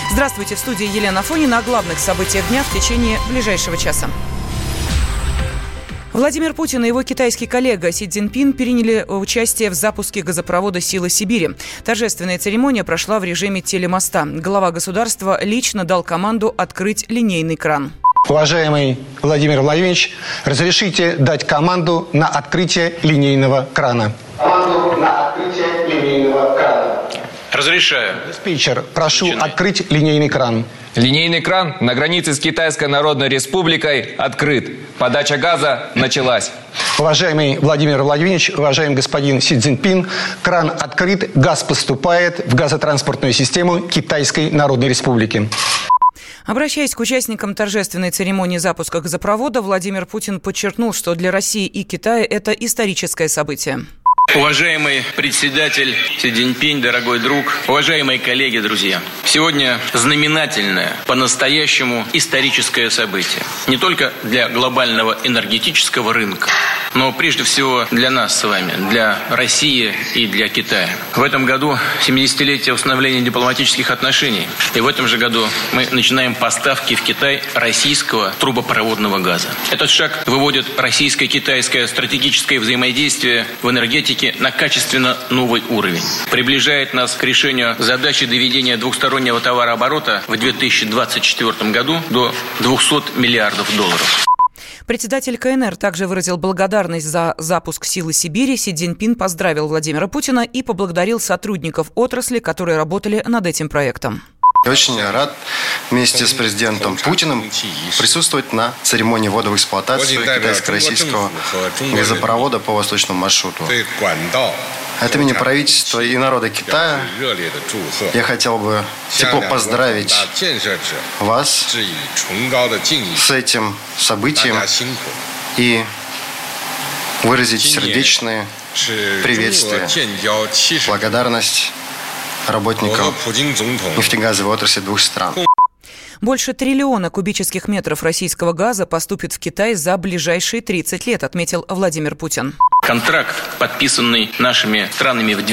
Здравствуйте, в студии Елена Афонина. О главных событиях дня в течение ближайшего часа. Владимир Путин и его китайский коллега Си Цзиньпин приняли участие в запуске газопровода «Сила Сибири». Торжественная церемония прошла в режиме телемоста. Глава государства лично дал команду открыть линейный кран. Уважаемый Владимир Владимирович, разрешите дать команду на открытие линейного крана. Команду на открытие линейного крана. Разрешаю. Диспетчер, прошу открыть линейный кран. Линейный кран на границе с Китайской Народной Республикой открыт. Подача газа началась. Уважаемый Владимир Владимирович, уважаемый господин Си Цзиньпин, кран открыт, газ поступает в газотранспортную систему Китайской Народной Республики. Обращаясь к участникам торжественной церемонии запуска газопровода, Владимир Путин подчеркнул, что для России и Китая это историческое событие. Уважаемый председатель Си Цзиньпин, дорогой друг, уважаемые коллеги, друзья. Сегодня знаменательное, по-настоящему историческое событие. Не только для глобального энергетического рынка, но прежде всего для нас с вами, для России и для Китая. В этом году 70-летие установления дипломатических отношений. И в этом же году мы начинаем поставки в Китай российского трубопроводного газа. Этот шаг выводит российско-китайское стратегическое взаимодействие в энергетике на качественно новый уровень. Приближает нас к решению задачи доведения двухстороннего товарооборота в 2024 году до $200 миллиардов. Председатель КНР также выразил благодарность за запуск «Силы Сибири». Си Цзиньпин поздравил Владимира Путина и поблагодарил сотрудников отрасли, которые работали над этим проектом. Я очень рад вместе с президентом Путиным присутствовать на церемонии ввода в эксплуатацию китайско-российского газопровода по восточному маршруту. От имени правительства и народа Китая я хотел бы тепло поздравить вас с этим событием и выразить сердечные приветствия, благодарность работникам нефтегазовой отрасли двух стран. Больше 1 триллиона кубических метров российского газа поступит в Китай за ближайшие 30 лет, отметил Владимир Путин. Контракт, подписанный нашими странами в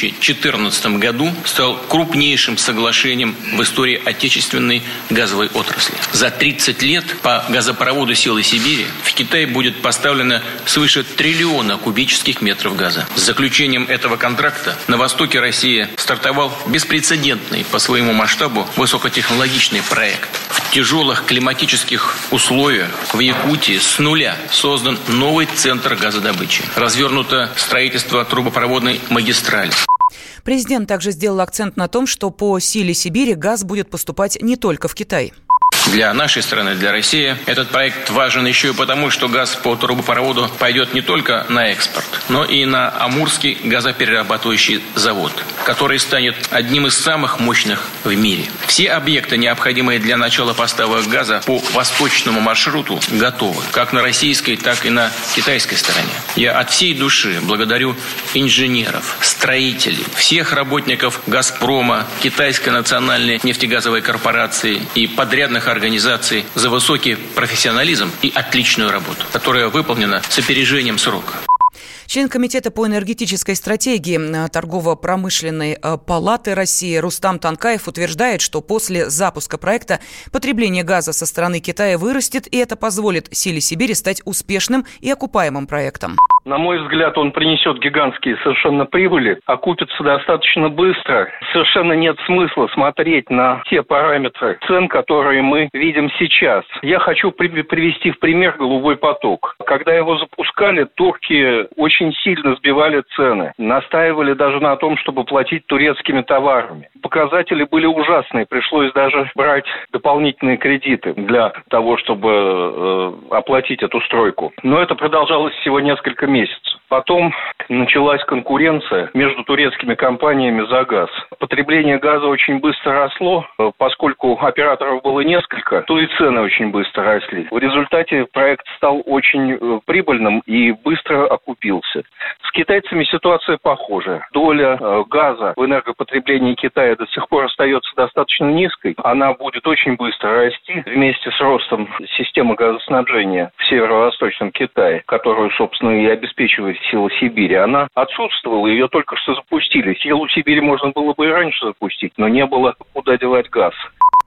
2014 году, стал крупнейшим соглашением в истории отечественной газовой отрасли. За 30 лет по газопроводу «Силы Сибири» в Китай будет поставлено свыше 1 триллиона кубических метров газа. С заключением этого контракта на востоке России стартовал беспрецедентный по своему масштабу высокотехнологичный проект. В тяжелых климатических условиях в Якутии с нуля создан новый центр газодобычи. Развернуто строительство трубопроводной магистрали. Президент также сделал акцент на том, что по «Силе Сибири» газ будет поступать не только в Китай. Для нашей страны, для России, этот проект важен еще и потому, что газ по трубопроводу пойдет не только на экспорт, но и на Амурский газоперерабатывающий завод, который станет одним из самых мощных в мире. Все объекты, необходимые для начала поставок газа по восточному маршруту, готовы, как на российской, так и на китайской стороне. Я от всей души благодарю инженеров, строителей, всех работников «Газпрома», Китайской национальной нефтегазовой корпорации и подрядных организаций за высокий профессионализм и отличную работу, которая выполнена с опережением срока. Член Комитета по энергетической стратегии Торгово-промышленной палаты России Рустам Танкаев утверждает, что после запуска проекта потребление газа со стороны Китая вырастет, и это позволит «Силе Сибири» стать успешным и окупаемым проектом. На мой взгляд, он принесет гигантские совершенно прибыли, окупится достаточно быстро. Совершенно нет смысла смотреть на те параметры цен, которые мы видим сейчас. Я хочу привести в пример «Голубой поток». Когда его запускали, турки очень сильно сбивали цены. Настаивали даже на том, чтобы платить турецкими товарами. Показатели были ужасные. Пришлось даже брать дополнительные кредиты для того, чтобы оплатить эту стройку. Но это продолжалось всего несколько месяцев. Потом началась конкуренция между турецкими компаниями за газ. Потребление газа очень быстро росло, поскольку операторов было несколько, то и цены очень быстро росли. В результате проект стал очень прибыльным и быстро окупился. С китайцами ситуация похожая. Доля газа в энергопотреблении Китая до сих пор остается достаточно низкой. Она будет очень быстро расти вместе с ростом системы газоснабжения в северо-восточном Китае, которую, собственно, и обеспечивает «Сила Сибири». Она отсутствовала, ее только что запустили. «Силу Сибири» можно было бы и раньше запустить, но не было куда девать газ.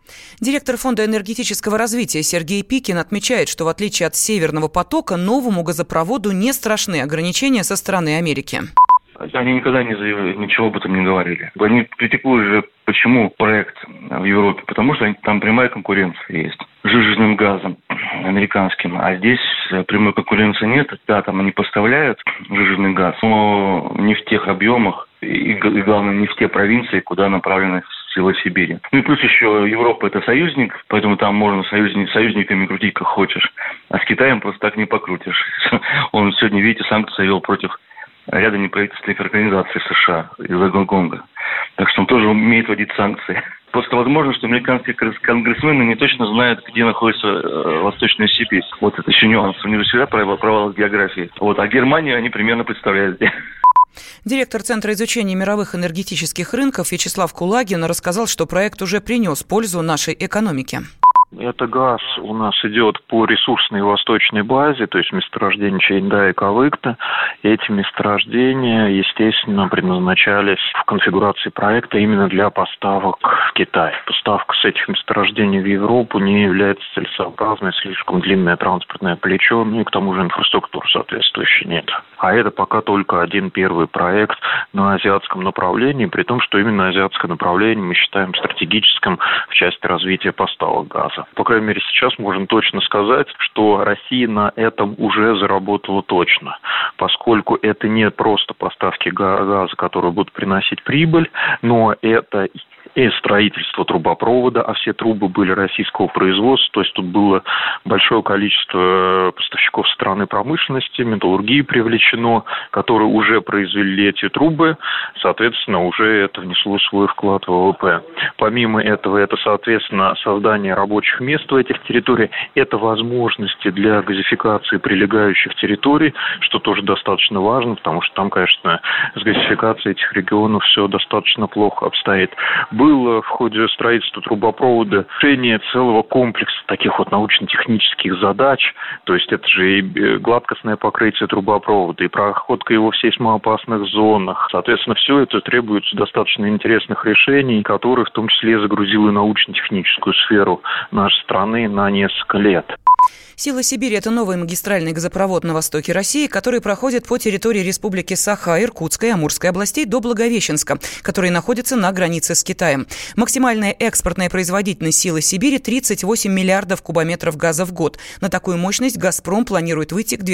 Директор Фонда энергетического развития Сергей Пикин отмечает, что в отличие от «Северного потока», новому газопроводу не страшны ограничения со стороны Америки. Они никогда ничего об этом не говорили. Они критикуют же, почему проект в Европе. Потому что там прямая конкуренция есть с жиженным газом американским. А здесь прямой конкуренции нет. Да, там они поставляют жиженный газ, но не в тех объемах и главное, не в те провинции, куда направлены силы Сибири. Ну и плюс еще Европа – это союзник, поэтому там можно союзниками крутить как хочешь. А с Китаем просто так не покрутишь. Он сегодня, видите, санкции ввел против ряда неправительственных организаций США из-за Гонконга. Так что он тоже умеет вводить санкции. Просто возможно, что американские конгрессмены не точно знают, где находится Восточная Сибирь. Вот это еще нюанс. У них же всегда провал в географии. А Германию они примерно представляют. Директор Центра изучения мировых энергетических рынков Вячеслав Кулагин рассказал, что проект уже принес пользу нашей экономике. Это газ у нас идет по ресурсной восточной базе, то есть месторождение Чайнда и Кавыкта. Эти месторождения, естественно, предназначались в конфигурации проекта именно для поставок в Китай. Поставка с этих месторождений в Европу не является целесообразной, слишком длинное транспортное плечо, ну и к тому же инфраструктуры соответствующей нет. А это пока только один первый проект на азиатском направлении, при том, что именно азиатское направление мы считаем стратегическим в части развития поставок газа. По крайней мере, сейчас можем точно сказать, что Россия на этом уже заработала точно, поскольку это не просто поставки газа, которые будут приносить прибыль, но это и строительство трубопровода, а все трубы были российского производства, то есть тут было большое количество поставщиков страны промышленности, металлургии привлечено, которые уже произвели эти трубы, соответственно, уже это внесло свой вклад в ВВП. Помимо этого, это, соответственно, создание рабочих мест в этих территориях, это возможности для газификации прилегающих территорий, что тоже достаточно важно, потому что там, конечно, с газификацией этих регионов все достаточно плохо обстоит. Было в ходе строительства трубопровода решение целого комплекса таких вот научно-технических задач, то есть это же и гладкостное покрытие трубопровода, и проходка его в сейсмоопасных зонах. Соответственно, все это требуется достаточно интересных решений, которые в том числе загрузила научно-техническую сферу нашей страны на несколько лет. «Сила Сибири» – это новый магистральный газопровод на востоке России, который проходит по территории республики Саха, Иркутской и Амурской областей до Благовещенска, который находится на границе с Китаем. Максимальная экспортная производительность «Силы Сибири» – 38 миллиардов кубометров газа в год. На такую мощность «Газпром» планирует выйти к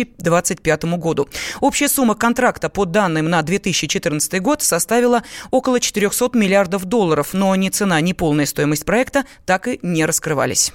2025 году. Общая сумма контракта по данным на 2014 год составила около 400 миллиардов долларов, но ни цена, ни полная стоимость проекта так и не раскрывались.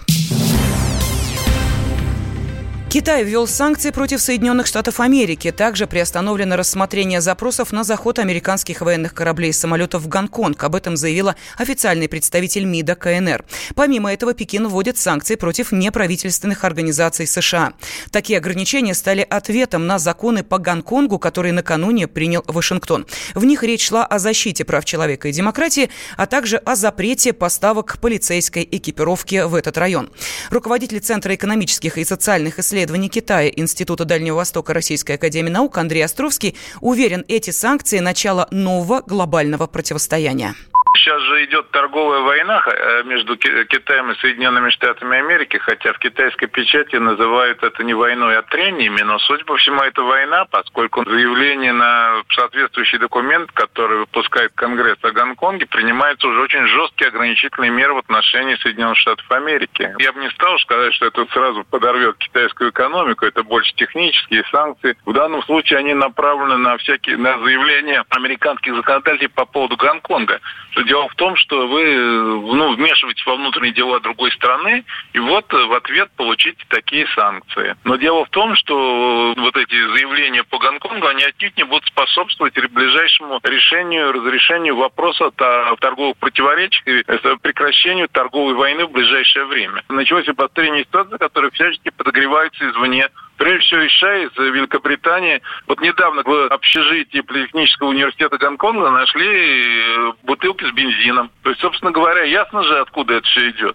Китай ввел санкции против Соединенных Штатов Америки. Также приостановлено рассмотрение запросов на заход американских военных кораблей и самолетов в Гонконг. Об этом заявила официальный представитель МИДа КНР. Помимо этого, Пекин вводит санкции против неправительственных организаций США. Такие ограничения стали ответом на законы по Гонконгу, которые накануне принял Вашингтон. В них речь шла о защите прав человека и демократии, а также о запрете поставок полицейской экипировки в этот район. Руководитель Центра экономических и социальных исследований Китая Института Дальнего Востока Российской академии наук Андрей Островский уверен, эти санкции – начало нового глобального противостояния. Сейчас же идет торговая война между Китаем и Соединенными Штатами Америки, хотя в китайской печати называют это не войной, а трениями, но, судя по всему, это война, поскольку заявление на соответствующий документ, который выпускает Конгресс о Гонконге, принимаются уже очень жесткие ограничительные меры в отношении Соединенных Штатов Америки. Я бы не стал сказать, что это сразу подорвет китайскую экономику, это больше технические санкции. В данном случае они направлены на заявления американских законодателей по поводу Гонконга. Дело в том, что вы вмешиваетесь во внутренние дела другой страны, и вот в ответ получите такие санкции. Но дело в том, что вот эти заявления по Гонконгу, они отнюдь не будут способствовать ближайшему разрешению вопроса о торговых противоречиях и прекращению торговой войны в ближайшее время. Началось обострение ситуации, которая всячески подогревается извне. Прежде всего, из США, из Великобритании. Вот недавно в общежитии Политехнического университета Гонконга нашли бутылки с бензином. То есть, собственно говоря, ясно же, откуда это все идет.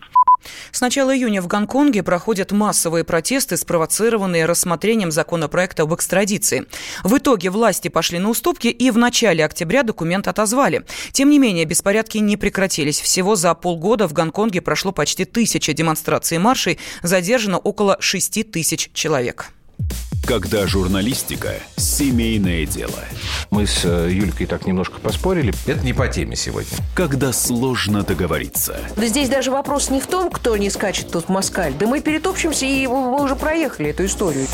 С начала июня в Гонконге проходят массовые протесты, спровоцированные рассмотрением законопроекта об экстрадиции. В итоге власти пошли на уступки и в начале октября документ отозвали. Тем не менее, беспорядки не прекратились. Всего за полгода в Гонконге прошло почти 1000 демонстраций и маршей, задержано около 6000 человек. Когда журналистика – семейное дело. Мы с Юлькой так немножко поспорили. Это не по теме сегодня. Когда сложно договориться. Да здесь даже вопрос не в том, кто не скачет тут в москаль. Да мы перетопчемся, и мы уже проехали эту историю.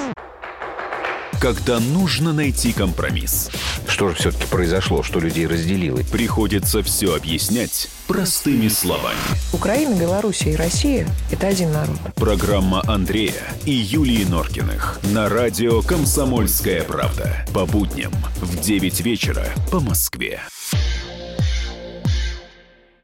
Когда нужно найти компромисс. Что же все-таки произошло, что людей разделило? Приходится все объяснять простыми словами. Украина, Белоруссия и Россия – это один народ. Программа Андрея и Юлии Норкиных на радио «Комсомольская правда». По будням в 9 вечера по Москве.